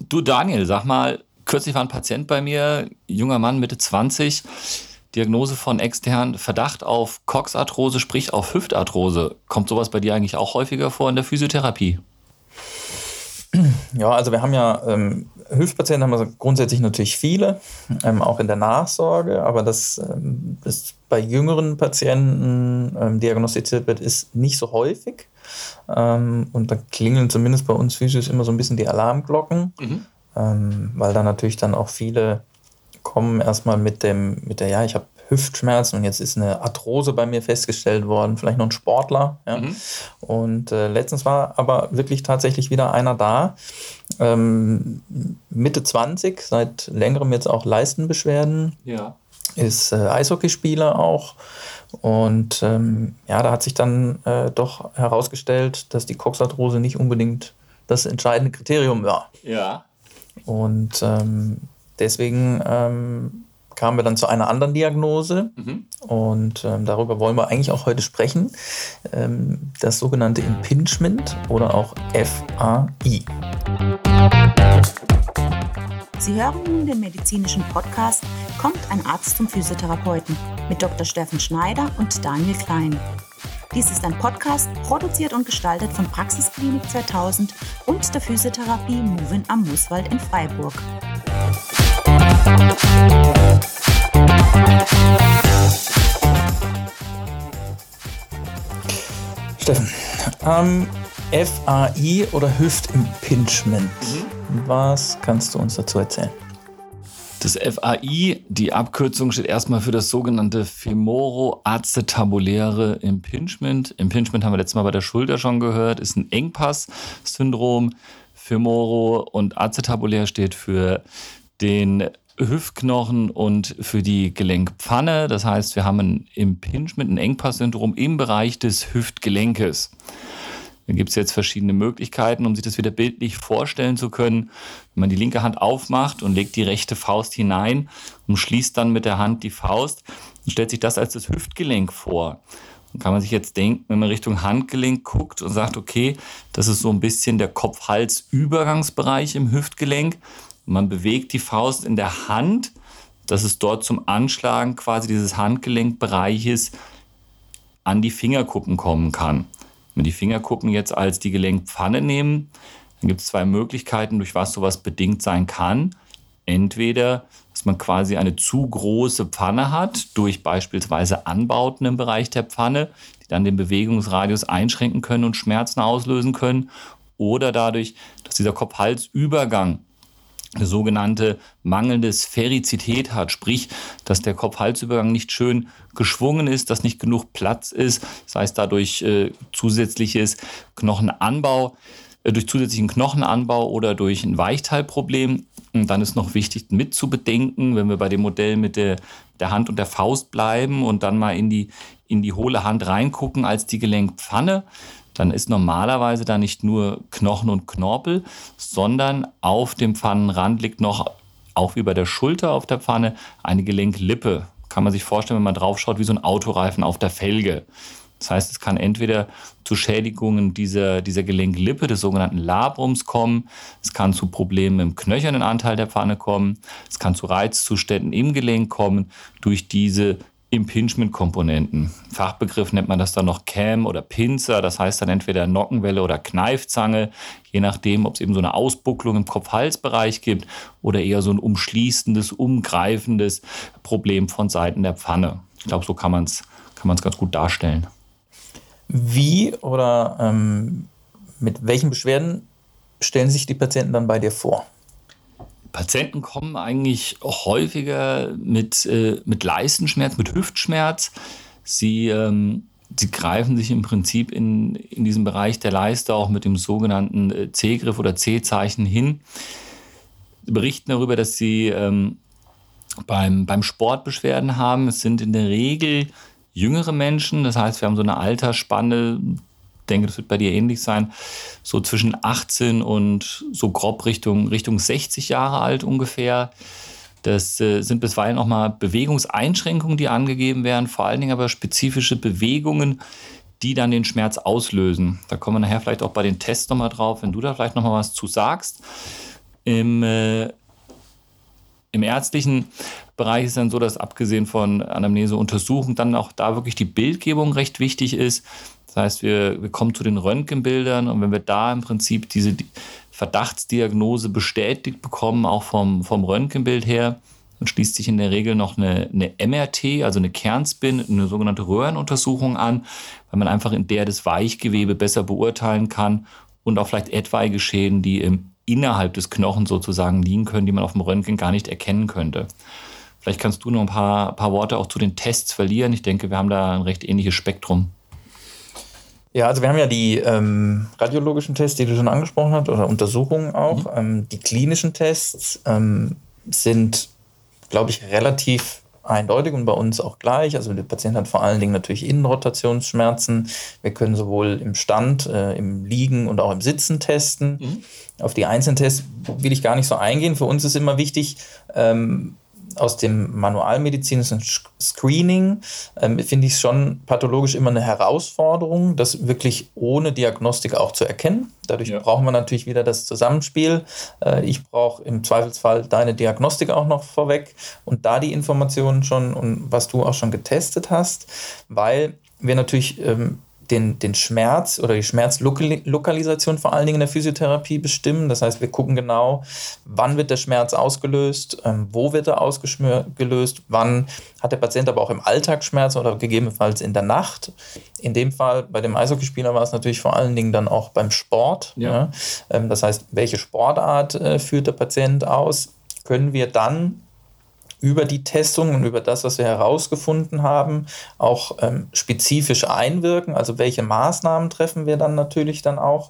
Du Daniel, sag mal, kürzlich war ein Patient bei mir, junger Mann, Mitte 20, Diagnose von extern, Verdacht auf Coxarthrose, sprich auf Hüftarthrose. Kommt sowas bei dir eigentlich auch häufiger vor in der Physiotherapie? Ja, also wir haben ja Hüftpatienten haben wir grundsätzlich natürlich viele, auch in der Nachsorge, aber das bei jüngeren Patienten diagnostiziert wird, ist nicht so häufig. Und da klingeln zumindest bei uns Physios immer so ein bisschen die Alarmglocken, weil da natürlich dann auch viele kommen erstmal mit der, ich habe Hüftschmerzen und jetzt ist eine Arthrose bei mir festgestellt worden, vielleicht noch ein Sportler. Ja. Und letztens war aber wirklich tatsächlich wieder einer da, Mitte 20, seit längerem jetzt auch Leistenbeschwerden, ist Eishockeyspieler auch. Und da hat sich dann doch herausgestellt, dass die Coxarthrose nicht unbedingt das entscheidende Kriterium war. Ja. Und deswegen kamen wir dann zu einer anderen Diagnose und darüber wollen wir eigentlich auch heute sprechen. Das sogenannte Impingement oder auch FAI. Sie hören nun den medizinischen Podcast Kommt ein Arzt zum Physiotherapeuten mit Dr. Steffen Schneider und Daniel Klein. Dies ist ein Podcast, produziert und gestaltet von Praxisklinik 2000 und der Physiotherapie Movin am Mooswald in Freiburg. Steffen, FAI oder Hüftimpingement, was kannst du uns dazu erzählen? Das FAI, die Abkürzung steht erstmal für das sogenannte femoroacetabuläre Impingement. Impingement haben wir letztes Mal bei der Schulter schon gehört, ist ein Engpass-Syndrom. Femoro- und acetabulär steht für den Hüftknochen und für die Gelenkpfanne. Das heißt, wir haben ein Impingement, ein Engpass-Syndrom im Bereich des Hüftgelenkes. Da gibt es jetzt verschiedene Möglichkeiten, um sich das wieder bildlich vorstellen zu können. Wenn man die linke Hand aufmacht und legt die rechte Faust hinein und schließt dann mit der Hand die Faust, dann stellt sich das als das Hüftgelenk vor. Dann kann man sich jetzt denken, wenn man Richtung Handgelenk guckt und sagt, okay, das ist so ein bisschen der Kopf-Hals-Übergangsbereich im Hüftgelenk. Und man bewegt die Faust in der Hand, dass es dort zum Anschlagen quasi dieses Handgelenkbereiches an die Fingerkuppen kommen kann. Wenn wir die Fingerkuppen jetzt als die Gelenkpfanne nehmen, dann gibt es zwei Möglichkeiten, durch was sowas bedingt sein kann. Entweder, dass man quasi eine zu große Pfanne hat, durch beispielsweise Anbauten im Bereich der Pfanne, die dann den Bewegungsradius einschränken können und Schmerzen auslösen können. Oder dadurch, dass dieser Kopf-Hals-Übergang eine sogenannte mangelnde Sphärizität hat, sprich, dass der Kopf-Hals-Übergang nicht schön geschwungen ist, dass nicht genug Platz ist, das heißt dadurch zusätzlichen Knochenanbau oder durch ein Weichteilproblem. Und dann ist noch wichtig mit zu bedenken, wenn wir bei dem Modell mit der Hand und der Faust bleiben und dann mal in die hohle Hand reingucken als die Gelenkpfanne, dann ist normalerweise da nicht nur Knochen und Knorpel, sondern auf dem Pfannenrand liegt noch, auch wie bei der Schulter auf der Pfanne, eine Gelenklippe. Kann man sich vorstellen, wenn man drauf schaut, wie so ein Autoreifen auf der Felge. Das heißt, es kann entweder zu Schädigungen dieser Gelenklippe, des sogenannten Labrums kommen, es kann zu Problemen im knöchernen Anteil der Pfanne kommen, es kann zu Reizzuständen im Gelenk kommen durch diese Impingement-Komponenten. Fachbegriff nennt man das dann noch Cam oder Pinzer, das heißt dann entweder Nockenwelle oder Kneifzange, je nachdem, ob es eben so eine Ausbucklung im Kopf-Hals-Bereich gibt oder eher so ein umschließendes, umgreifendes Problem von Seiten der Pfanne. Ich glaube, so kann man's ganz gut darstellen. Wie oder mit welchen Beschwerden stellen sich die Patienten dann bei dir vor? Patienten kommen eigentlich häufiger mit Leistenschmerz, mit Hüftschmerz. Sie greifen sich im Prinzip in diesem Bereich der Leiste auch mit dem sogenannten C-Griff oder C-Zeichen hin. Sie berichten darüber, dass sie beim Sport Beschwerden haben. Es sind in der Regel jüngere Menschen, das heißt, wir haben so eine Altersspanne, ich denke, das wird bei dir ähnlich sein, so zwischen 18 und so grob Richtung 60 Jahre alt ungefähr. Das sind bisweilen auch mal Bewegungseinschränkungen, die angegeben werden, vor allen Dingen aber spezifische Bewegungen, die dann den Schmerz auslösen. Da kommen wir nachher vielleicht auch bei den Tests nochmal drauf, wenn du da vielleicht nochmal was zu sagst. Im ärztlichen Bereich ist dann so, dass abgesehen von Anamneseuntersuchung dann auch da wirklich die Bildgebung recht wichtig ist. Das heißt, wir kommen zu den Röntgenbildern und wenn wir da im Prinzip diese Verdachtsdiagnose bestätigt bekommen, auch vom Röntgenbild her, dann schließt sich in der Regel noch eine MRT, also eine Kernspin, eine sogenannte Röhrenuntersuchung an, weil man einfach in der das Weichgewebe besser beurteilen kann und auch vielleicht etwaige Schäden, die innerhalb des Knochens sozusagen liegen können, die man auf dem Röntgen gar nicht erkennen könnte. Vielleicht kannst du noch ein paar Worte auch zu den Tests verlieren. Ich denke, wir haben da ein recht ähnliches Spektrum. Ja, also wir haben ja die radiologischen Tests, die du schon angesprochen hast, oder Untersuchungen auch. Die klinischen Tests sind, glaube ich, relativ eindeutig und bei uns auch gleich. Also der Patient hat vor allen Dingen natürlich Innenrotationsschmerzen. Wir können sowohl im Stand, im Liegen und auch im Sitzen testen. Auf die einzelnen Tests will ich gar nicht so eingehen. Für uns ist immer wichtig, aus dem manualmedizinischen Screening finde ich es schon pathologisch immer eine Herausforderung, das wirklich ohne Diagnostik auch zu erkennen. Dadurch brauchen wir natürlich wieder das Zusammenspiel. Ich brauche im Zweifelsfall deine Diagnostik auch noch vorweg und da die Informationen schon und was du auch schon getestet hast, weil wir natürlich den Schmerz oder die Schmerzlokalisation vor allen Dingen in der Physiotherapie bestimmen. Das heißt, wir gucken genau, wann wird der Schmerz ausgelöst, wo wird er ausgelöst, wann hat der Patient aber auch im Alltag Schmerz oder gegebenenfalls in der Nacht. In dem Fall, bei dem Eishockeyspieler war es natürlich vor allen Dingen dann auch beim Sport. Ja. Das heißt, welche Sportart führt der Patient aus, können wir dann über die Testung und über das, was wir herausgefunden haben, auch spezifisch einwirken. Also welche Maßnahmen treffen wir dann natürlich dann auch.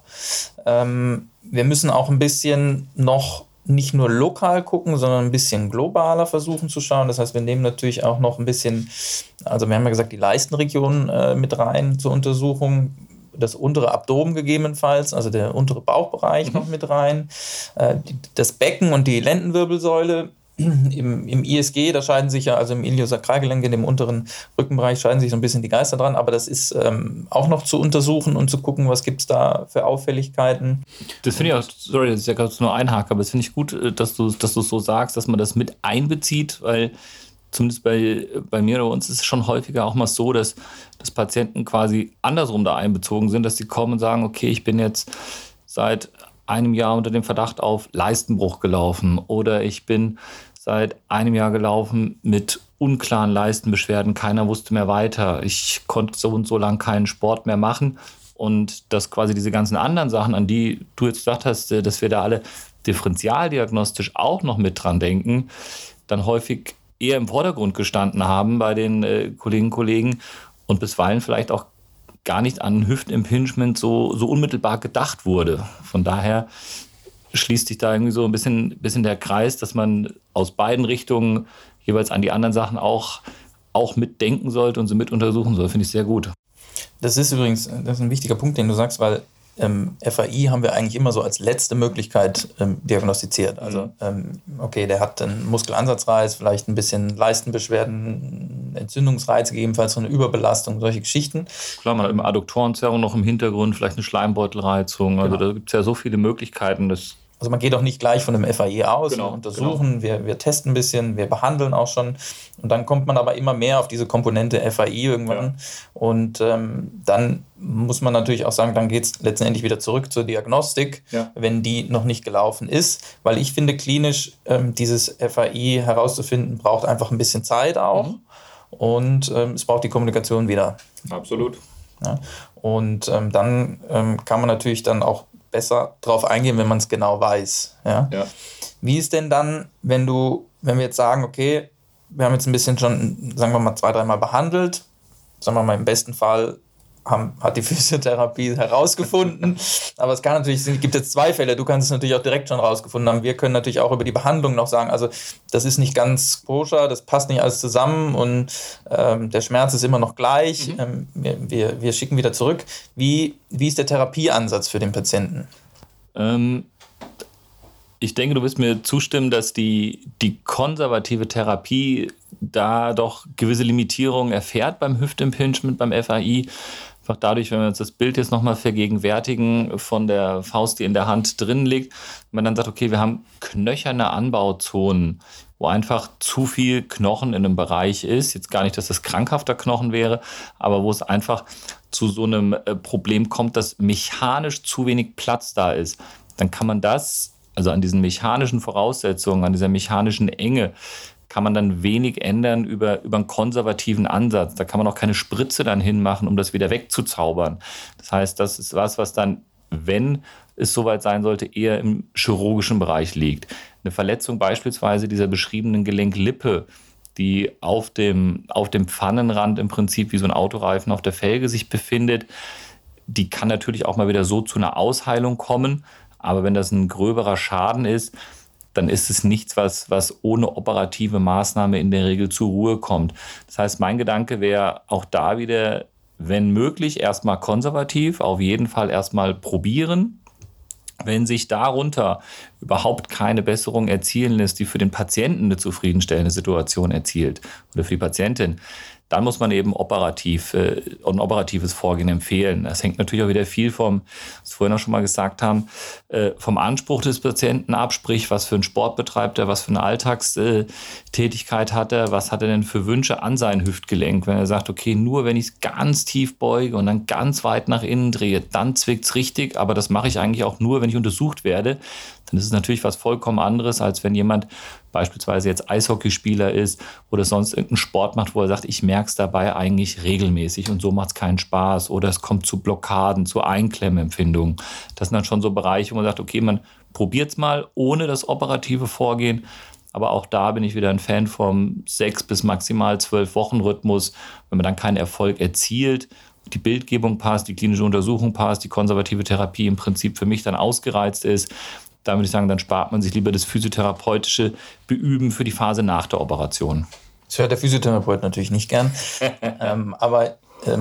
Wir müssen auch ein bisschen noch nicht nur lokal gucken, sondern ein bisschen globaler versuchen zu schauen. Das heißt, wir nehmen natürlich auch noch ein bisschen, also wir haben ja gesagt, die Leistenregion mit rein zur Untersuchung. Das untere Abdomen gegebenenfalls, also der untere Bauchbereich noch mit rein. Das Becken und die Lendenwirbelsäule. Im ISG, da scheiden sich ja, also im Iliosakralgelenk, in dem unteren Rückenbereich, scheiden sich so ein bisschen die Geister dran, aber das ist auch noch zu untersuchen und zu gucken, was gibt es da für Auffälligkeiten. Das finde ich auch, sorry, das ist ja gerade nur ein Haken, aber das finde ich gut, dass du es so sagst, dass man das mit einbezieht, weil zumindest bei mir oder uns ist es schon häufiger auch mal so, dass Patienten quasi andersrum da einbezogen sind, dass sie kommen und sagen, okay, ich bin jetzt seit einem Jahr unter dem Verdacht auf Leistenbruch gelaufen oder ich bin seit einem Jahr gelaufen mit unklaren Leistenbeschwerden, keiner wusste mehr weiter, ich konnte so und so lang keinen Sport mehr machen und dass quasi diese ganzen anderen Sachen, an die du jetzt gesagt hast, dass wir da alle differentialdiagnostisch auch noch mit dran denken, dann häufig eher im Vordergrund gestanden haben bei den Kolleginnen und Kollegen und bisweilen vielleicht auch gar nicht an Hüftimpingement so unmittelbar gedacht wurde. Von daher schließt sich da irgendwie so ein bisschen der Kreis, dass man aus beiden Richtungen jeweils an die anderen Sachen auch mitdenken sollte und sie mit untersuchen soll. Finde ich sehr gut. Das ist übrigens ein wichtiger Punkt, den du sagst, weil FAI haben wir eigentlich immer so als letzte Möglichkeit diagnostiziert. Also, okay, der hat einen Muskelansatzreiz, vielleicht ein bisschen Leistenbeschwerden, Entzündungsreiz, gegebenenfalls so eine Überbelastung, solche Geschichten. Klar, man hat immer Adduktorenzerrung noch im Hintergrund, vielleicht eine Schleimbeutelreizung. Also da gibt es ja so viele Möglichkeiten. Also man geht auch nicht gleich von dem FAI aus, genau, wir untersuchen, genau. Wir testen ein bisschen, wir behandeln auch schon und dann kommt man aber immer mehr auf diese Komponente FAI irgendwann und dann muss man natürlich auch sagen, dann geht es letztendlich wieder zurück zur Diagnostik, wenn die noch nicht gelaufen ist, weil ich finde klinisch dieses FAI herauszufinden, braucht einfach ein bisschen Zeit auch und es braucht die Kommunikation wieder. Absolut. Ja? Und dann kann man natürlich dann auch besser drauf eingehen, wenn man es genau weiß. Ja? Wie ist denn dann, wenn wir jetzt sagen, okay, wir haben jetzt ein bisschen schon, sagen wir mal, 2-3 Mal behandelt, sagen wir mal im besten Fall hat die Physiotherapie herausgefunden, aber es kann natürlich, gibt jetzt 2 Fälle, du kannst es natürlich auch direkt schon herausgefunden haben, wir können natürlich auch über die Behandlung noch sagen, also das ist nicht ganz koscher, das passt nicht alles zusammen und der Schmerz ist immer noch gleich, wir schicken wieder zurück. Wie ist der Therapieansatz für den Patienten? Ich denke, du wirst mir zustimmen, dass die konservative Therapie da doch gewisse Limitierungen erfährt beim Hüftimpingement, beim FAI, Einfach dadurch, wenn wir uns das Bild jetzt nochmal vergegenwärtigen von der Faust, die in der Hand drin liegt, wenn man dann sagt, okay, wir haben knöcherne Anbauzonen, wo einfach zu viel Knochen in einem Bereich ist. Jetzt gar nicht, dass das krankhafter Knochen wäre, aber wo es einfach zu so einem Problem kommt, dass mechanisch zu wenig Platz da ist. Dann kann man das, also an diesen mechanischen Voraussetzungen, an dieser mechanischen Enge, kann man dann wenig ändern über einen konservativen Ansatz. Da kann man auch keine Spritze dann hinmachen, um das wieder wegzuzaubern. Das heißt, das ist was dann, wenn es soweit sein sollte, eher im chirurgischen Bereich liegt. Eine Verletzung beispielsweise dieser beschriebenen Gelenklippe, die auf dem Pfannenrand im Prinzip wie so ein Autoreifen auf der Felge sich befindet, die kann natürlich auch mal wieder so zu einer Ausheilung kommen. Aber wenn das ein gröberer Schaden ist, dann ist es nichts, was ohne operative Maßnahme in der Regel zur Ruhe kommt. Das heißt, mein Gedanke wäre auch da wieder, wenn möglich, erstmal konservativ, auf jeden Fall erstmal probieren. Wenn sich darunter überhaupt keine Besserung erzielen lässt, die für den Patienten eine zufriedenstellende Situation erzielt oder für die Patientin, dann muss man eben ein operatives Vorgehen empfehlen. Das hängt natürlich auch wieder viel was wir vorhin auch schon mal gesagt haben, vom Anspruch des Patienten ab, sprich, was für einen Sport betreibt er, was für eine Alltagstätigkeit hat er, was hat er denn für Wünsche an sein Hüftgelenk. Wenn er sagt, okay, nur wenn ich es ganz tief beuge und dann ganz weit nach innen drehe, dann zwickt es richtig, aber das mache ich eigentlich auch nur, wenn ich untersucht werde, dann ist es natürlich was vollkommen anderes, als wenn jemand beispielsweise jetzt Eishockeyspieler ist oder sonst irgendeinen Sport macht, wo er sagt, ich merke es dabei eigentlich regelmäßig und so macht es keinen Spaß oder es kommt zu Blockaden, zu Einklemmempfindungen. Das sind dann schon so Bereiche, wo man sagt, okay, man probiert es mal ohne das operative Vorgehen, aber auch da bin ich wieder ein Fan vom 6 bis maximal 12 Wochen Rhythmus. Wenn man dann keinen Erfolg erzielt, die Bildgebung passt, die klinische Untersuchung passt, die konservative Therapie im Prinzip für mich dann ausgereizt ist, da würde ich sagen, dann spart man sich lieber das physiotherapeutische Beüben für die Phase nach der Operation. Das hört der Physiotherapeut natürlich nicht gern. Aber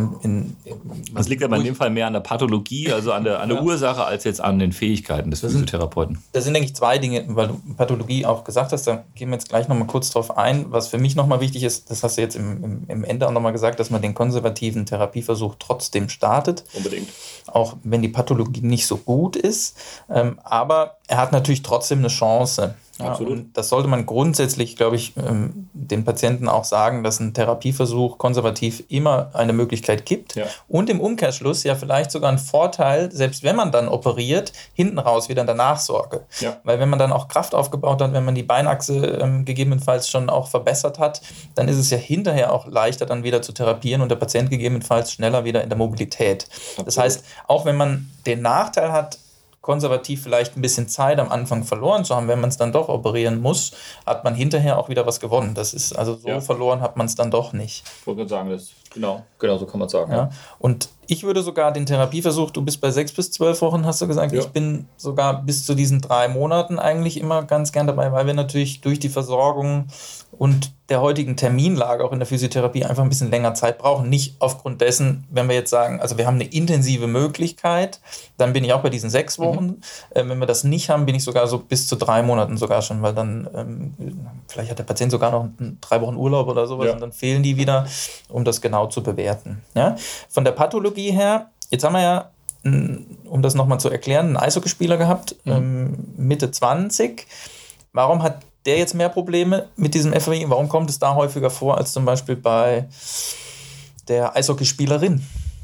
das liegt aber in dem Fall mehr an der Pathologie, also an der Ursache, als jetzt an den Fähigkeiten des Physiotherapeuten. Das sind eigentlich zwei Dinge, weil du Pathologie auch gesagt hast, da gehen wir jetzt gleich nochmal kurz drauf ein. Was für mich nochmal wichtig ist, das hast du jetzt im Ende auch nochmal gesagt, dass man den konservativen Therapieversuch trotzdem startet. Unbedingt. Auch wenn die Pathologie nicht so gut ist. Aber er hat natürlich trotzdem eine Chance. Absolut. Und das sollte man grundsätzlich, glaube ich, den Patienten auch sagen, dass ein Therapieversuch konservativ immer eine Möglichkeit gibt. Ja. Und im Umkehrschluss ja vielleicht sogar ein Vorteil, selbst wenn man dann operiert, hinten raus wieder in der Nachsorge. Ja. Weil wenn man dann auch Kraft aufgebaut hat, wenn man die Beinachse gegebenenfalls schon auch verbessert hat, dann ist es ja hinterher auch leichter dann wieder zu therapieren und der Patient gegebenenfalls schneller wieder in der Mobilität. Absolut. Das heißt, auch wenn man den Nachteil hat, konservativ vielleicht ein bisschen Zeit am Anfang verloren zu haben, wenn man es dann doch operieren muss, hat man hinterher auch wieder was gewonnen. Das ist also so verloren hat man es dann doch nicht. Ich wollte sagen, das genau so kann man sagen. Ja. Und ich würde sogar den Therapieversuch, du bist bei 6 bis 12 Wochen, hast du gesagt, ich bin sogar bis zu diesen 3 Monaten eigentlich immer ganz gern dabei, weil wir natürlich durch die Versorgung und der heutigen Terminlage auch in der Physiotherapie einfach ein bisschen länger Zeit brauchen. Nicht aufgrund dessen, wenn wir jetzt sagen, also wir haben eine intensive Möglichkeit, dann bin ich auch bei diesen 6 Wochen. Wenn wir das nicht haben, bin ich sogar so bis zu 3 Monaten sogar schon, weil dann vielleicht hat der Patient sogar noch 3 Wochen Urlaub oder sowas und dann fehlen die wieder, um das genau zu bewerten. Ja? Von der Pathologie her, jetzt haben wir ja, um das nochmal zu erklären, einen Eishockeyspieler gehabt, Mitte 20. Warum hat der jetzt mehr Probleme mit diesem FAI? Warum kommt es da häufiger vor als zum Beispiel bei der Eishockeyspielerin?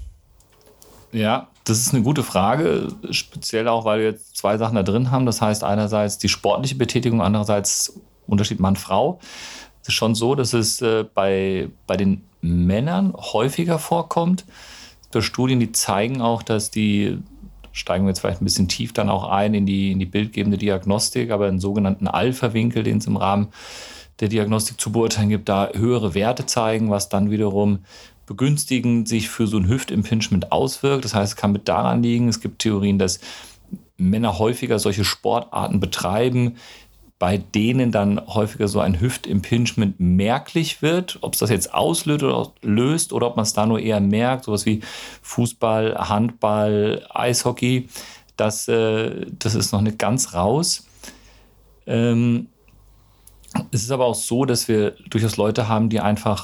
Ja, das ist eine gute Frage, speziell auch, weil wir jetzt 2 Sachen da drin haben. Das heißt einerseits die sportliche Betätigung, andererseits Unterschied Mann-Frau. Es ist schon so, dass es bei den Männern häufiger vorkommt. Es gibt Studien, die zeigen auch, dass steigen wir jetzt vielleicht ein bisschen tief dann auch ein in die bildgebende Diagnostik, aber einen sogenannten Alpha-Winkel, den es im Rahmen der Diagnostik zu beurteilen gibt, da höhere Werte zeigen, was dann wiederum begünstigend sich für so ein Hüftimpingement auswirkt. Das heißt, es kann mit daran liegen, es gibt Theorien, dass Männer häufiger solche Sportarten betreiben, bei denen dann häufiger so ein Hüftimpingement merklich wird. Ob es das jetzt auslöst oder ob man es da nur eher merkt, sowas wie Fußball, Handball, Eishockey, das ist noch nicht ganz raus. Es ist aber auch so, dass wir durchaus Leute haben, die einfach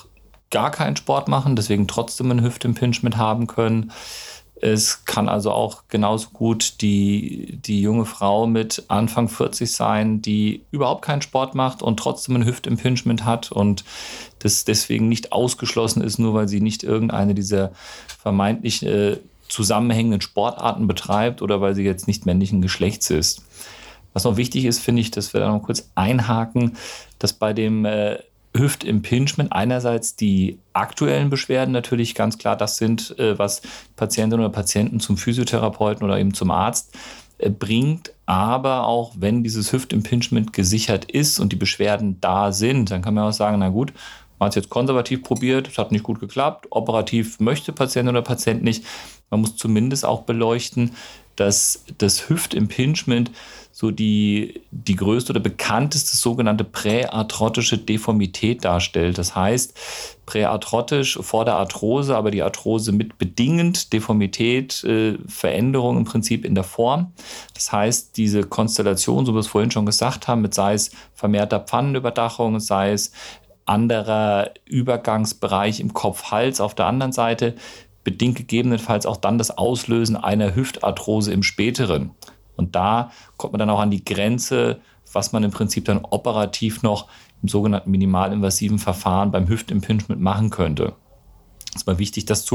gar keinen Sport machen, deswegen trotzdem ein Hüftimpingement haben können. Es kann also auch genauso gut die junge Frau mit Anfang 40 sein, die überhaupt keinen Sport macht und trotzdem ein Hüftimpingement hat und das deswegen nicht ausgeschlossen ist, nur weil sie nicht irgendeine dieser vermeintlich zusammenhängenden Sportarten betreibt oder weil sie jetzt nicht männlichen Geschlechts ist. Was noch wichtig ist, finde ich, dass wir da noch kurz einhaken, dass bei dem Hüftimpingement einerseits die aktuellen Beschwerden natürlich ganz klar das sind, was Patientinnen oder Patienten zum Physiotherapeuten oder eben zum Arzt bringt. Aber auch wenn dieses Hüftimpingement gesichert ist und die Beschwerden da sind, dann kann man auch sagen, na gut, man hat es jetzt konservativ probiert, es hat nicht gut geklappt, operativ möchte Patientin oder Patient nicht. Man muss zumindest auch beleuchten, dass das Hüftimpingement so die größte oder bekannteste sogenannte präarthrotische Deformität darstellt. Das heißt, präarthrotisch vor der Arthrose, aber die Arthrose mit bedingend, Deformität, Veränderung im Prinzip in der Form. Das heißt, diese Konstellation, so wie wir es vorhin schon gesagt haben, mit sei es vermehrter Pfannenüberdachung, sei es anderer Übergangsbereich im Kopf-Hals auf der anderen Seite, bedingt gegebenenfalls auch dann das Auslösen einer Hüftarthrose im Späteren. Und da kommt man dann auch an die Grenze, was man im Prinzip dann operativ noch im sogenannten minimalinvasiven Verfahren beim Hüftimpingement machen könnte. Es ist mal wichtig, das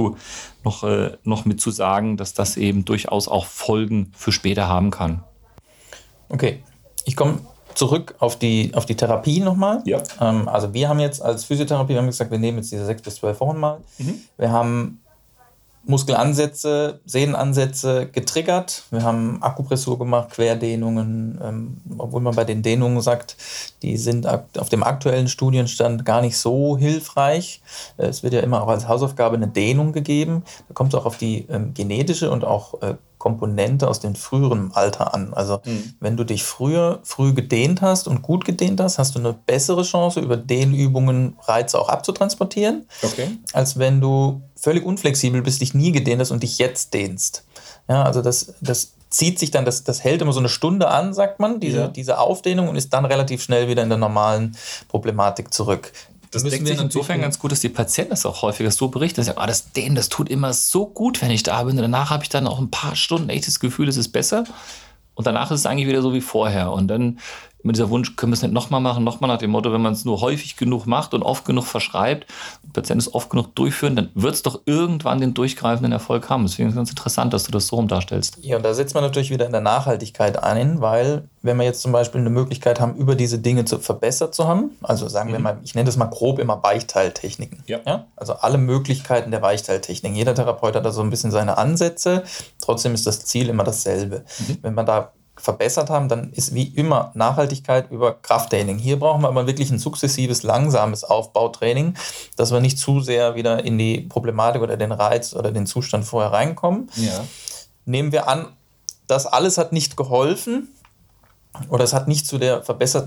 noch mit zu sagen, dass das eben durchaus auch Folgen für später haben kann. Okay, ich komme zurück auf die Therapie nochmal. Ja. Also wir haben jetzt als Physiotherapie, wir haben gesagt, wir nehmen jetzt diese 6 bis 12 Wochen mal. Wir haben Muskelansätze, Sehnenansätze getriggert. Wir haben Akupressur gemacht, Querdehnungen, obwohl man bei den Dehnungen sagt, die sind auf dem aktuellen Studienstand gar nicht so hilfreich. Es wird ja immer auch als Hausaufgabe eine Dehnung gegeben. Da kommt es auch auf die genetische und auch Komponente aus dem früheren Alter an. Also wenn du dich früh gedehnt hast und gut gedehnt hast, hast du eine bessere Chance, über Dehnübungen Reize auch abzutransportieren, als wenn du völlig unflexibel bist, dich nie gedehnt hast und dich jetzt dehnst. Ja, also das zieht sich dann, das hält immer so eine Stunde an, sagt man, diese Aufdehnung, und ist dann relativ schnell wieder in der normalen Problematik zurück. Das deckt sich insofern ganz gut, dass die Patienten das auch häufiger so berichten, dass sie sagen, das Dehnen, das tut immer so gut, wenn ich da bin. Und danach habe ich dann auch ein paar Stunden echt das Gefühl, es ist besser. Und danach ist es eigentlich wieder so wie vorher. Und dann immer dieser Wunsch, können wir es nicht nochmal machen, nochmal nach dem Motto, wenn man es nur häufig genug macht und oft genug verschreibt, und Patienten es oft genug durchführen, dann wird es doch irgendwann den durchgreifenden Erfolg haben. Deswegen ist es ganz interessant, dass du das so rum darstellst. Ja, und da setzt man natürlich wieder in der Nachhaltigkeit ein, weil wenn wir jetzt zum Beispiel eine Möglichkeit haben, über diese Dinge verbessert zu haben, also sagen wir mal, ich nenne das mal grob immer Weichteiltechniken. Ja? Also alle Möglichkeiten der Weichteiltechniken. Jeder Therapeut hat da so ein bisschen seine Ansätze, trotzdem ist das Ziel immer dasselbe. Wenn man da verbessert haben, dann ist wie immer Nachhaltigkeit über Krafttraining. Hier brauchen wir aber wirklich ein sukzessives, langsames Aufbautraining, dass wir nicht zu sehr wieder in die Problematik oder den Reiz oder den Zustand vorher reinkommen. Ja. Nehmen wir an, das alles hat nicht geholfen oder es hat nicht zu der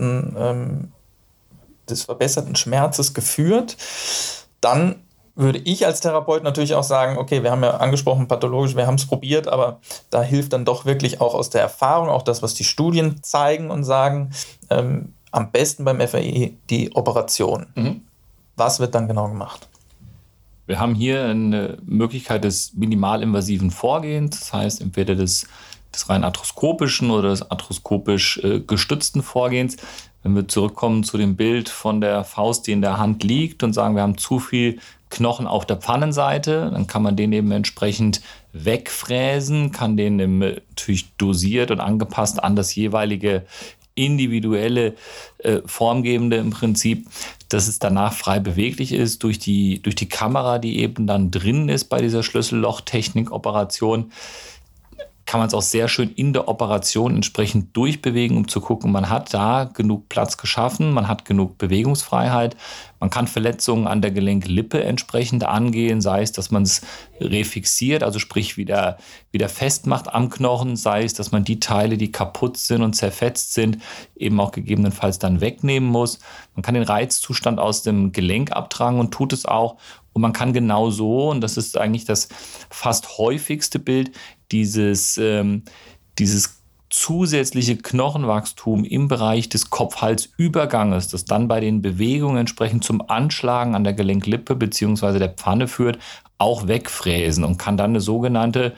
des verbesserten Schmerzes geführt, dann würde ich als Therapeut natürlich auch sagen, okay, wir haben ja angesprochen, pathologisch, wir haben es probiert, aber da hilft dann doch wirklich auch aus der Erfahrung, auch das, was die Studien zeigen und sagen, am besten beim FAI die Operation. Was wird dann genau gemacht? Wir haben hier eine Möglichkeit des minimalinvasiven Vorgehens, das heißt entweder des rein arthroskopischen oder des arthroskopisch gestützten Vorgehens. Wenn wir zurückkommen zu dem Bild von der Faust, die in der Hand liegt, und sagen, wir haben zu viel Knochen auf der Pfannenseite, dann kann man den eben entsprechend wegfräsen, kann den natürlich dosiert und angepasst an das jeweilige individuelle Formgebende im Prinzip, dass es danach frei beweglich ist durch die Kamera, die eben dann drin ist bei dieser Schlüssellochtechnik-Operation. Kann man es auch sehr schön in der Operation entsprechend durchbewegen, um zu gucken, man hat da genug Platz geschaffen, man hat genug Bewegungsfreiheit, man kann Verletzungen an der Gelenklippe entsprechend angehen, sei es, dass man es refixiert, also sprich wieder festmacht am Knochen, sei es, dass man die Teile, die kaputt sind und zerfetzt sind, eben auch gegebenenfalls dann wegnehmen muss. Man kann den Reizzustand aus dem Gelenk abtragen und tut es auch. Und man kann genau so, und das ist eigentlich das fast häufigste Bild, dieses zusätzliche Knochenwachstum im Bereich des Kopf-Hals-Überganges, das dann bei den Bewegungen entsprechend zum Anschlagen an der Gelenklippe bzw. der Pfanne führt, auch wegfräsen und kann dann eine sogenannte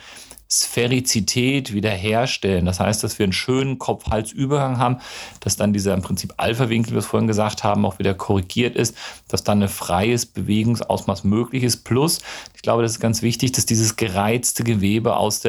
Spherizität wiederherstellen. Das heißt, dass wir einen schönen Kopf-Hals-Übergang haben, dass dann dieser im Prinzip Alpha-Winkel, wie wir es vorhin gesagt haben, auch wieder korrigiert ist, dass dann ein freies Bewegungsausmaß möglich ist. Plus, ich glaube, das ist ganz wichtig, dass dieses gereizte Gewebe aus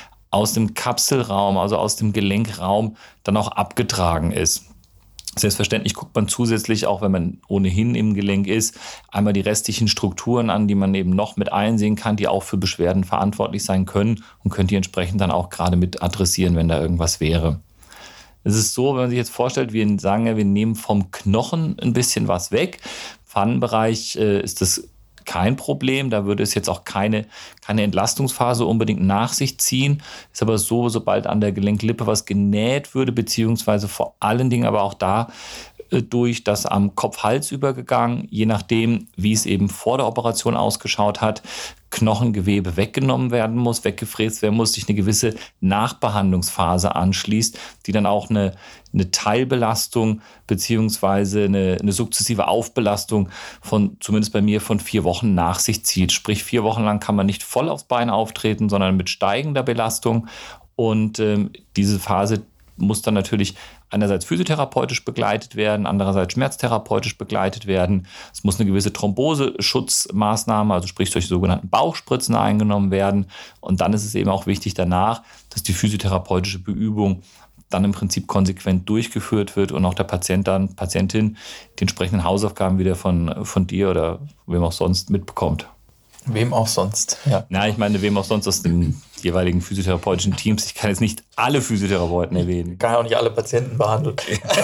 dem Kapselraum, also aus dem Gelenkraum, dann auch abgetragen ist. Selbstverständlich guckt man zusätzlich, auch wenn man ohnehin im Gelenk ist, einmal die restlichen Strukturen an, die man eben noch mit einsehen kann, die auch für Beschwerden verantwortlich sein können und könnt die entsprechend dann auch gerade mit adressieren, wenn da irgendwas wäre. Es ist so, wenn man sich jetzt vorstellt, wir sagen ja, wir nehmen vom Knochen ein bisschen was weg. Im Pfannenbereich ist das kein Problem, da würde es jetzt auch keine Entlastungsphase unbedingt nach sich ziehen. Ist aber so, sobald an der Gelenklippe was genäht würde, beziehungsweise vor allen Dingen aber auch da durch das am Kopf-Hals übergegangen, je nachdem, wie es eben vor der Operation ausgeschaut hat, Knochengewebe weggenommen werden muss, weggefräst werden muss, sich eine gewisse Nachbehandlungsphase anschließt, die dann auch eine Teilbelastung beziehungsweise eine sukzessive Aufbelastung von, zumindest bei mir, von 4 Wochen nach sich zieht. Sprich, 4 Wochen lang kann man nicht voll aufs Bein auftreten, sondern mit steigender Belastung. Und diese Phase muss dann natürlich einerseits physiotherapeutisch begleitet werden, andererseits schmerztherapeutisch begleitet werden. Es muss eine gewisse Thromboseschutzmaßnahme, also sprich durch die sogenannten Bauchspritzen eingenommen werden. Und dann ist es eben auch wichtig danach, dass die physiotherapeutische Beübung dann im Prinzip konsequent durchgeführt wird und auch der Patientin die entsprechenden Hausaufgaben wieder von dir oder wem auch sonst mitbekommt. Wem auch sonst, ja. Na, ich meine, wem auch sonst aus den jeweiligen physiotherapeutischen Teams. Ich kann jetzt nicht alle Physiotherapeuten erwähnen. Ich kann auch nicht alle Patienten behandeln.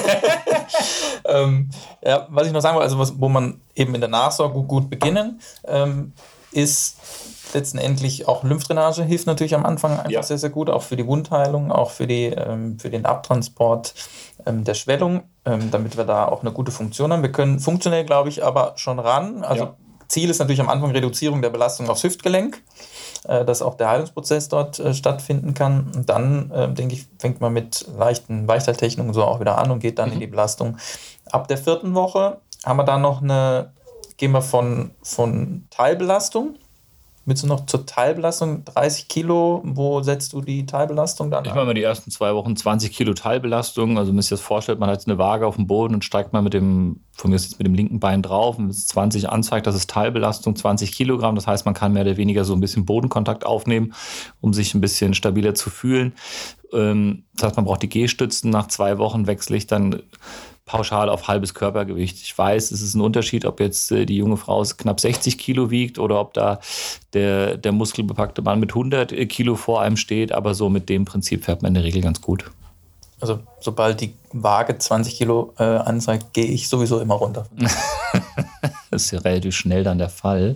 Ja, was ich noch sagen wollte, also wo man eben in der Nachsorge gut beginnen, ist letztendlich auch Lymphdrainage, hilft natürlich am Anfang einfach sehr, sehr gut, auch für die Wundheilung, auch für den Abtransport der Schwellung, damit wir da auch eine gute Funktion haben. Wir können funktionell, glaube ich, aber schon ran. Also Ziel ist natürlich am Anfang Reduzierung der Belastung aufs Hüftgelenk, dass auch der Heilungsprozess dort stattfinden kann. Und dann, denke ich, fängt man mit leichten Weichteiltechniken so auch wieder an und geht dann in die Belastung. Ab der 4. Woche haben wir dann noch gehen wir von Teilbelastung. Willst du noch zur Teilbelastung 30 Kilo? Wo setzt du die Teilbelastung dann an? Ich mache mal die ersten 2 Wochen 20 Kilo Teilbelastung. Also wenn man sich das vorstellt, man hat eine Waage auf dem Boden und steigt mal mit dem linken Bein drauf. Und wenn es 20 anzeigt, das ist Teilbelastung, 20 Kilogramm. Das heißt, man kann mehr oder weniger so ein bisschen Bodenkontakt aufnehmen, um sich ein bisschen stabiler zu fühlen. Das heißt, man braucht die Gehstützen. Nach 2 Wochen wechsle ich dann pauschal auf halbes Körpergewicht. Ich weiß, es ist ein Unterschied, ob jetzt die junge Frau knapp 60 Kilo wiegt oder ob da der muskelbepackte Mann mit 100 Kilo vor einem steht. Aber so mit dem Prinzip fährt man in der Regel ganz gut. Also sobald die Waage 20 Kilo anzeigt, gehe ich sowieso immer runter. Das ist ja relativ schnell dann der Fall.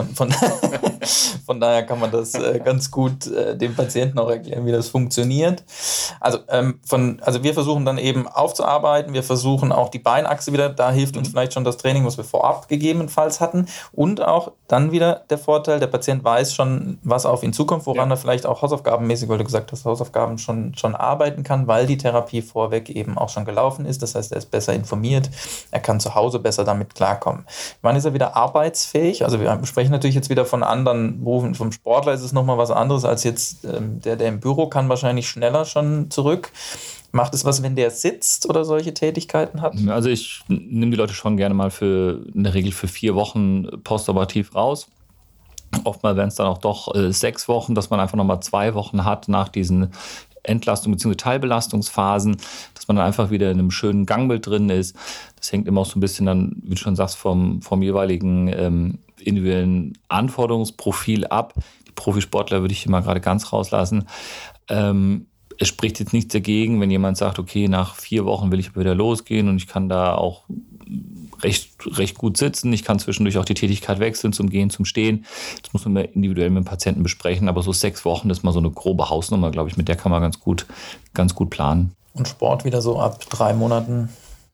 Von daher kann man das ganz gut dem Patienten auch erklären, wie das funktioniert. Also wir versuchen dann eben aufzuarbeiten. Wir versuchen auch die Beinachse wieder, da hilft uns vielleicht schon das Training, was wir vorab gegebenenfalls hatten. Und auch dann wieder der Vorteil, der Patient weiß schon, was auf ihn zukommt, woran er vielleicht auch hausaufgabenmäßig, weil du gesagt hast, Hausaufgaben schon arbeiten kann, weil die Therapie vorweg eben auch schon gelaufen ist. Das heißt, er ist besser informiert, er kann zu Hause besser damit klarkommen. Wann ist er wieder arbeitsfähig? Also wir sprechen natürlich jetzt wieder von anderen Berufen. Vom Sportler ist es nochmal was anderes als jetzt der im Büro kann wahrscheinlich schneller schon zurück. Macht es was, wenn der sitzt oder solche Tätigkeiten hat? Also ich nehme die Leute schon gerne mal in der Regel für 4 Wochen postoperativ raus. Oftmals werden es dann auch doch 6 Wochen, dass man einfach nochmal 2 Wochen hat nach diesen Entlastung bzw. Teilbelastungsphasen, dass man dann einfach wieder in einem schönen Gangbild drin ist. Das hängt immer auch so ein bisschen dann, wie du schon sagst, vom jeweiligen individuellen Anforderungsprofil ab. Die Profisportler würde ich hier mal gerade ganz rauslassen. Es spricht jetzt nichts dagegen, wenn jemand sagt, okay, nach 4 Wochen will ich wieder losgehen und ich kann da auch recht gut sitzen. Ich kann zwischendurch auch die Tätigkeit wechseln zum Gehen, zum Stehen. Das muss man mal individuell mit dem Patienten besprechen. Aber so 6 Wochen ist mal so eine grobe Hausnummer, glaube ich. Mit der kann man ganz gut planen. Und Sport wieder so ab 3 Monaten?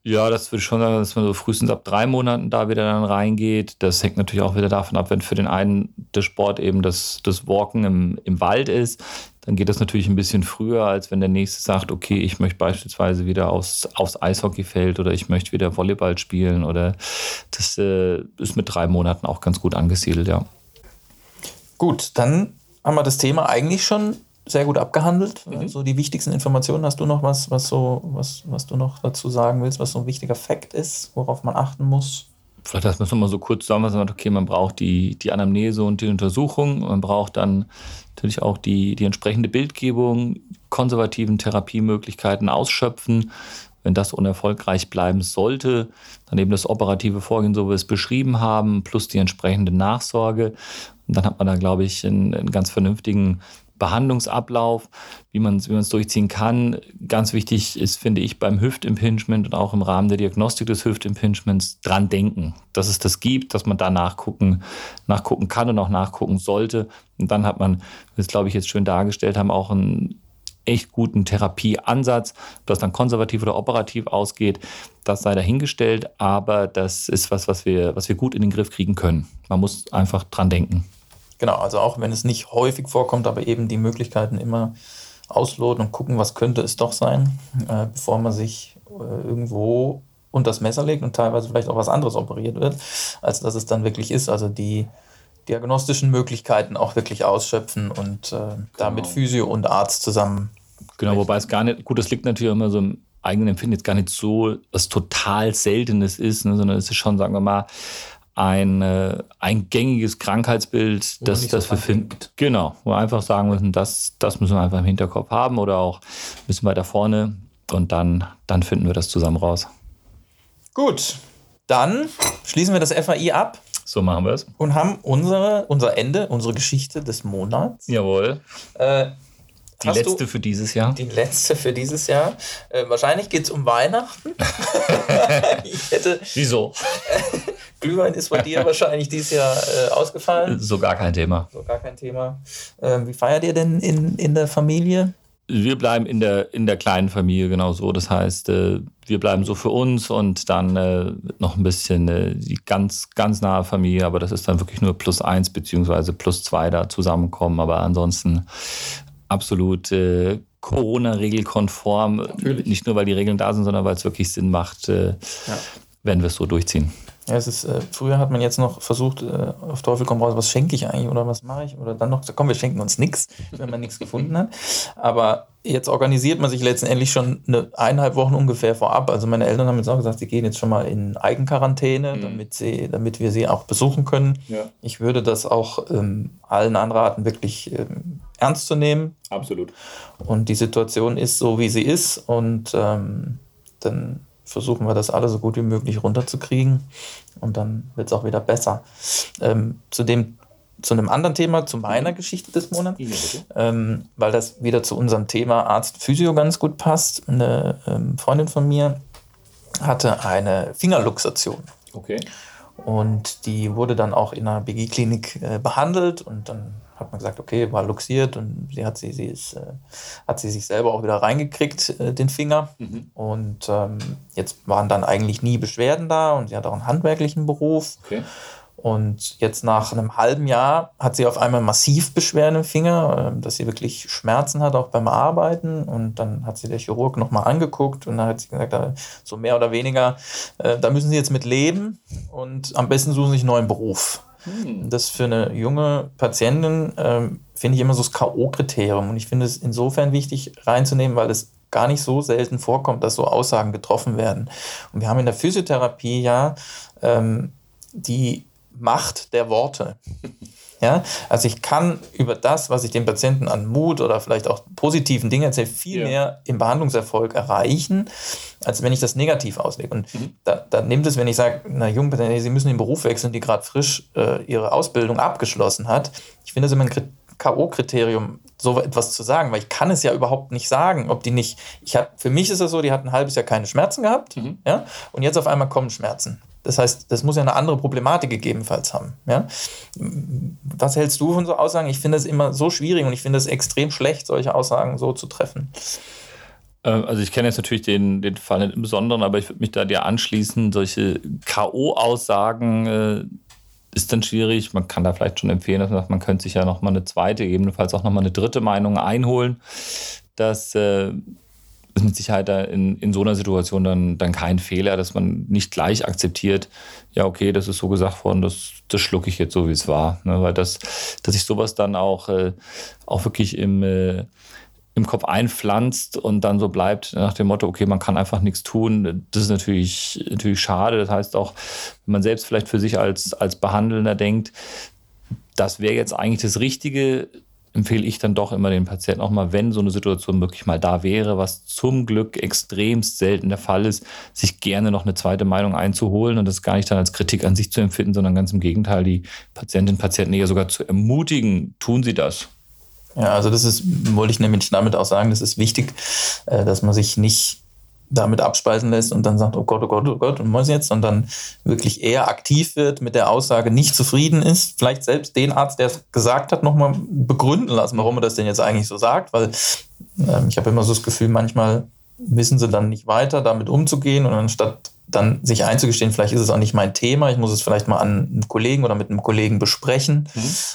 Ja, das würde ich schon sagen, dass man so frühestens ab 3 Monaten da wieder dann reingeht. Das hängt natürlich auch wieder davon ab, wenn für den einen der Sport eben das Walken im Wald ist, dann geht das natürlich ein bisschen früher, als wenn der Nächste sagt, okay, ich möchte beispielsweise wieder aufs Eishockeyfeld oder ich möchte wieder Volleyball spielen. Oder das ist mit 3 Monaten auch ganz gut angesiedelt, ja. Gut, dann haben wir das Thema eigentlich schon sehr gut abgehandelt. So die wichtigsten Informationen. Hast du noch was du noch dazu sagen willst, was so ein wichtiger Fakt ist, worauf man achten muss? Vielleicht lassen wir es nochmal so kurz zusammenfassen. Okay, man braucht die Anamnese und die Untersuchung. Man braucht dann natürlich auch die entsprechende Bildgebung, konservativen Therapiemöglichkeiten ausschöpfen. Wenn das unerfolgreich bleiben sollte, dann eben das operative Vorgehen, so wie wir es beschrieben haben, plus die entsprechende Nachsorge. Und dann hat man da, glaube ich, einen ganz vernünftigen Behandlungsablauf, wie man es durchziehen kann. Ganz wichtig ist, finde ich, beim Hüftimpingement und auch im Rahmen der Diagnostik des Hüftimpingements dran denken, dass es das gibt, dass man da nachgucken kann und auch nachgucken sollte. Und dann hat man, wie wir es, glaube ich, jetzt schön dargestellt haben, auch einen echt guten Therapieansatz. Ob das dann konservativ oder operativ ausgeht, das sei dahingestellt, aber das ist was wir gut in den Griff kriegen können. Man muss einfach dran denken. Genau, also auch wenn es nicht häufig vorkommt, aber eben die Möglichkeiten immer ausloten und gucken, was könnte es doch sein, bevor man sich irgendwo unter das Messer legt und teilweise vielleicht auch was anderes operiert wird, als dass es dann wirklich ist. Also die diagnostischen Möglichkeiten auch wirklich ausschöpfen und damit Physio und Arzt zusammen. Genau, wobei es gar nicht, gut, das liegt natürlich immer so im eigenen Empfinden jetzt gar nicht so was total Seltenes ist, ne, sondern es ist schon, sagen wir mal, ein gängiges Krankheitsbild, das wir finden. Genau, wo wir einfach sagen müssen, das müssen wir einfach im Hinterkopf haben oder auch ein bisschen weiter vorne und dann finden wir das zusammen raus. Gut, dann schließen wir das FAI ab. So machen wir es. Und haben unser Ende, unsere Geschichte des Monats. Jawohl. Die letzte für dieses Jahr. Die letzte für dieses Jahr. Wahrscheinlich geht es um Weihnachten. Wieso? Glühwein ist bei dir wahrscheinlich dieses Jahr ausgefallen. So gar kein Thema. Wie feiert ihr denn in der Familie? Wir bleiben in der kleinen Familie genau so. Das heißt, wir bleiben so für uns und dann noch ein bisschen die ganz, ganz nahe Familie. Aber das ist dann wirklich nur +1 bzw. +2 da zusammenkommen. Aber ansonsten absolut Corona-regelkonform. Natürlich. Nicht nur, weil die Regeln da sind, sondern weil es wirklich Sinn macht, wenn wir es so durchziehen. Ja, es ist, früher hat man jetzt noch versucht, auf Teufel komm raus, was schenke ich eigentlich oder was mache ich? Oder dann noch, komm, wir schenken uns nichts, wenn man nichts gefunden hat. Aber jetzt organisiert man sich letztendlich schon 1,5 Wochen ungefähr vorab. Also meine Eltern haben jetzt auch gesagt, sie gehen jetzt schon mal in Eigenquarantäne, damit wir sie auch besuchen können. Ja. Ich würde das auch allen anraten, wirklich ernst zu nehmen. Absolut. Und die Situation ist so, wie sie ist. Und dann versuchen wir das alle so gut wie möglich runterzukriegen und dann wird es auch wieder besser. Zu einem anderen Thema, zu meiner Geschichte des Monats, weil das wieder zu unserem Thema Arzt-Physio ganz gut passt. Eine Freundin von mir hatte eine Fingerluxation. Okay. Und die wurde dann auch in einer BG-Klinik behandelt und dann hat man gesagt, okay, war luxiert und sie hat sie sich selber auch wieder reingekriegt, den Finger. Mhm. Und jetzt waren dann eigentlich nie Beschwerden da und sie hat auch einen handwerklichen Beruf. Okay. Und jetzt nach einem halben Jahr hat sie auf einmal massiv Beschwerden im Finger, dass sie wirklich Schmerzen hat, auch beim Arbeiten. Und dann hat sie der Chirurg nochmal angeguckt und dann hat sie gesagt, so mehr oder weniger, da müssen sie jetzt mit leben und am besten suchen sie sich einen neuen Beruf. Das für eine junge Patientin finde ich immer so das K.O.-Kriterium. Und ich finde es insofern wichtig reinzunehmen, weil es gar nicht so selten vorkommt, dass so Aussagen getroffen werden. Und wir haben in der Physiotherapie die Macht der Worte. Ja? Also ich kann über das, was ich dem Patienten an Mut oder vielleicht auch positiven Dingen erzähle, viel mehr im Behandlungserfolg erreichen, als wenn ich das negativ auslege. Und da nimmt es, wenn ich sage, einer jungen Patientin, Sie müssen den Beruf wechseln, die gerade frisch ihre Ausbildung abgeschlossen hat. Ich finde es immer ein K.O.-Kriterium, so etwas zu sagen, weil ich kann es ja überhaupt nicht sagen, ob die nicht, für mich ist es so, die hat ein halbes Jahr keine Schmerzen gehabt, ja, und jetzt auf einmal kommen Schmerzen. Das heißt, das muss ja eine andere Problematik gegebenenfalls haben. Ja? Was hältst du von so Aussagen? Ich finde es immer so schwierig und ich finde es extrem schlecht, solche Aussagen so zu treffen. Also ich kenne jetzt natürlich den Fall nicht im Besonderen, aber ich würde mich da dir anschließen. Solche K.O.-Aussagen ist dann schwierig. Man kann da vielleicht schon empfehlen, dass man sagt, man könnte sich ja nochmal eine zweite, gegebenenfalls auch nochmal eine dritte Meinung einholen. Das ist mit Sicherheit in so einer Situation dann kein Fehler, dass man nicht gleich akzeptiert, ja okay, das ist so gesagt worden, das schlucke ich jetzt so, wie es war. Ne? Weil dass sich sowas dann auch wirklich im Kopf einpflanzt und dann so bleibt nach dem Motto, okay, man kann einfach nichts tun, das ist natürlich schade. Das heißt auch, wenn man selbst vielleicht für sich als Behandelnder denkt, das wäre jetzt eigentlich das Richtige, empfehle ich dann doch immer den Patienten auch mal, wenn so eine Situation wirklich mal da wäre, was zum Glück extremst selten der Fall ist, sich gerne noch eine zweite Meinung einzuholen und das gar nicht dann als Kritik an sich zu empfinden, sondern ganz im Gegenteil, die Patientinnen und Patienten eher sogar zu ermutigen, tun sie das. Ja, also wollte ich nämlich damit auch sagen, das ist wichtig, dass man sich nicht damit abspeisen lässt und dann sagt, oh Gott, und was jetzt? Und dann wirklich eher aktiv wird, mit der Aussage nicht zufrieden ist, vielleicht selbst den Arzt, der es gesagt hat, nochmal begründen lassen, warum er das denn jetzt eigentlich so sagt, weil ich habe immer so das Gefühl, manchmal wissen sie dann nicht weiter, damit umzugehen und anstatt dann sich einzugestehen, vielleicht ist es auch nicht mein Thema, ich muss es vielleicht mal an einen Kollegen oder mit einem Kollegen besprechen,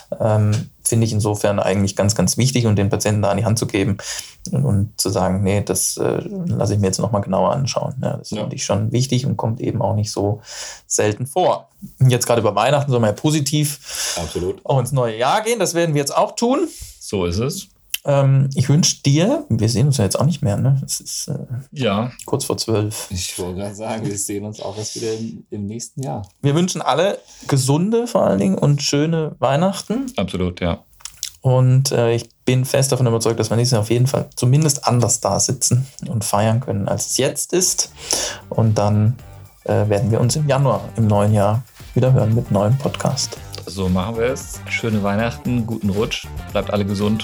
finde ich insofern eigentlich ganz, ganz wichtig und den Patienten da an die Hand zu geben und zu sagen, nee, das lasse ich mir jetzt nochmal genauer anschauen. Ja, das finde ich schon wichtig und kommt eben auch nicht so selten vor. Jetzt gerade über Weihnachten soll man ja positiv auch ins neue Jahr gehen, das werden wir jetzt auch tun. So ist es. Ich wünsche dir, wir sehen uns ja jetzt auch nicht mehr, ne? Es ist kurz vor 12. Ich wollte gerade sagen, wir sehen uns auch erst wieder im nächsten Jahr. Wir wünschen alle gesunde vor allen Dingen und schöne Weihnachten. Absolut, ja. Und ich bin fest davon überzeugt, dass wir nächstes Jahr auf jeden Fall zumindest anders da sitzen und feiern können, als es jetzt ist. Und dann werden wir uns im Januar, im neuen Jahr, wieder hören mit neuem Podcast. So machen wir es. Schöne Weihnachten, guten Rutsch, bleibt alle gesund.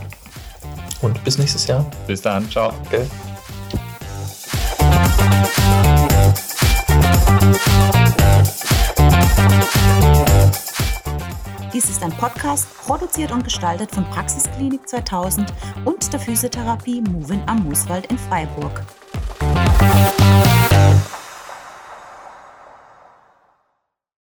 Und bis nächstes Jahr. Bis dann, ciao. Okay. Dies ist ein Podcast, produziert und gestaltet von Praxisklinik 2000 und der Physiotherapie Movin am Mooswald in Freiburg.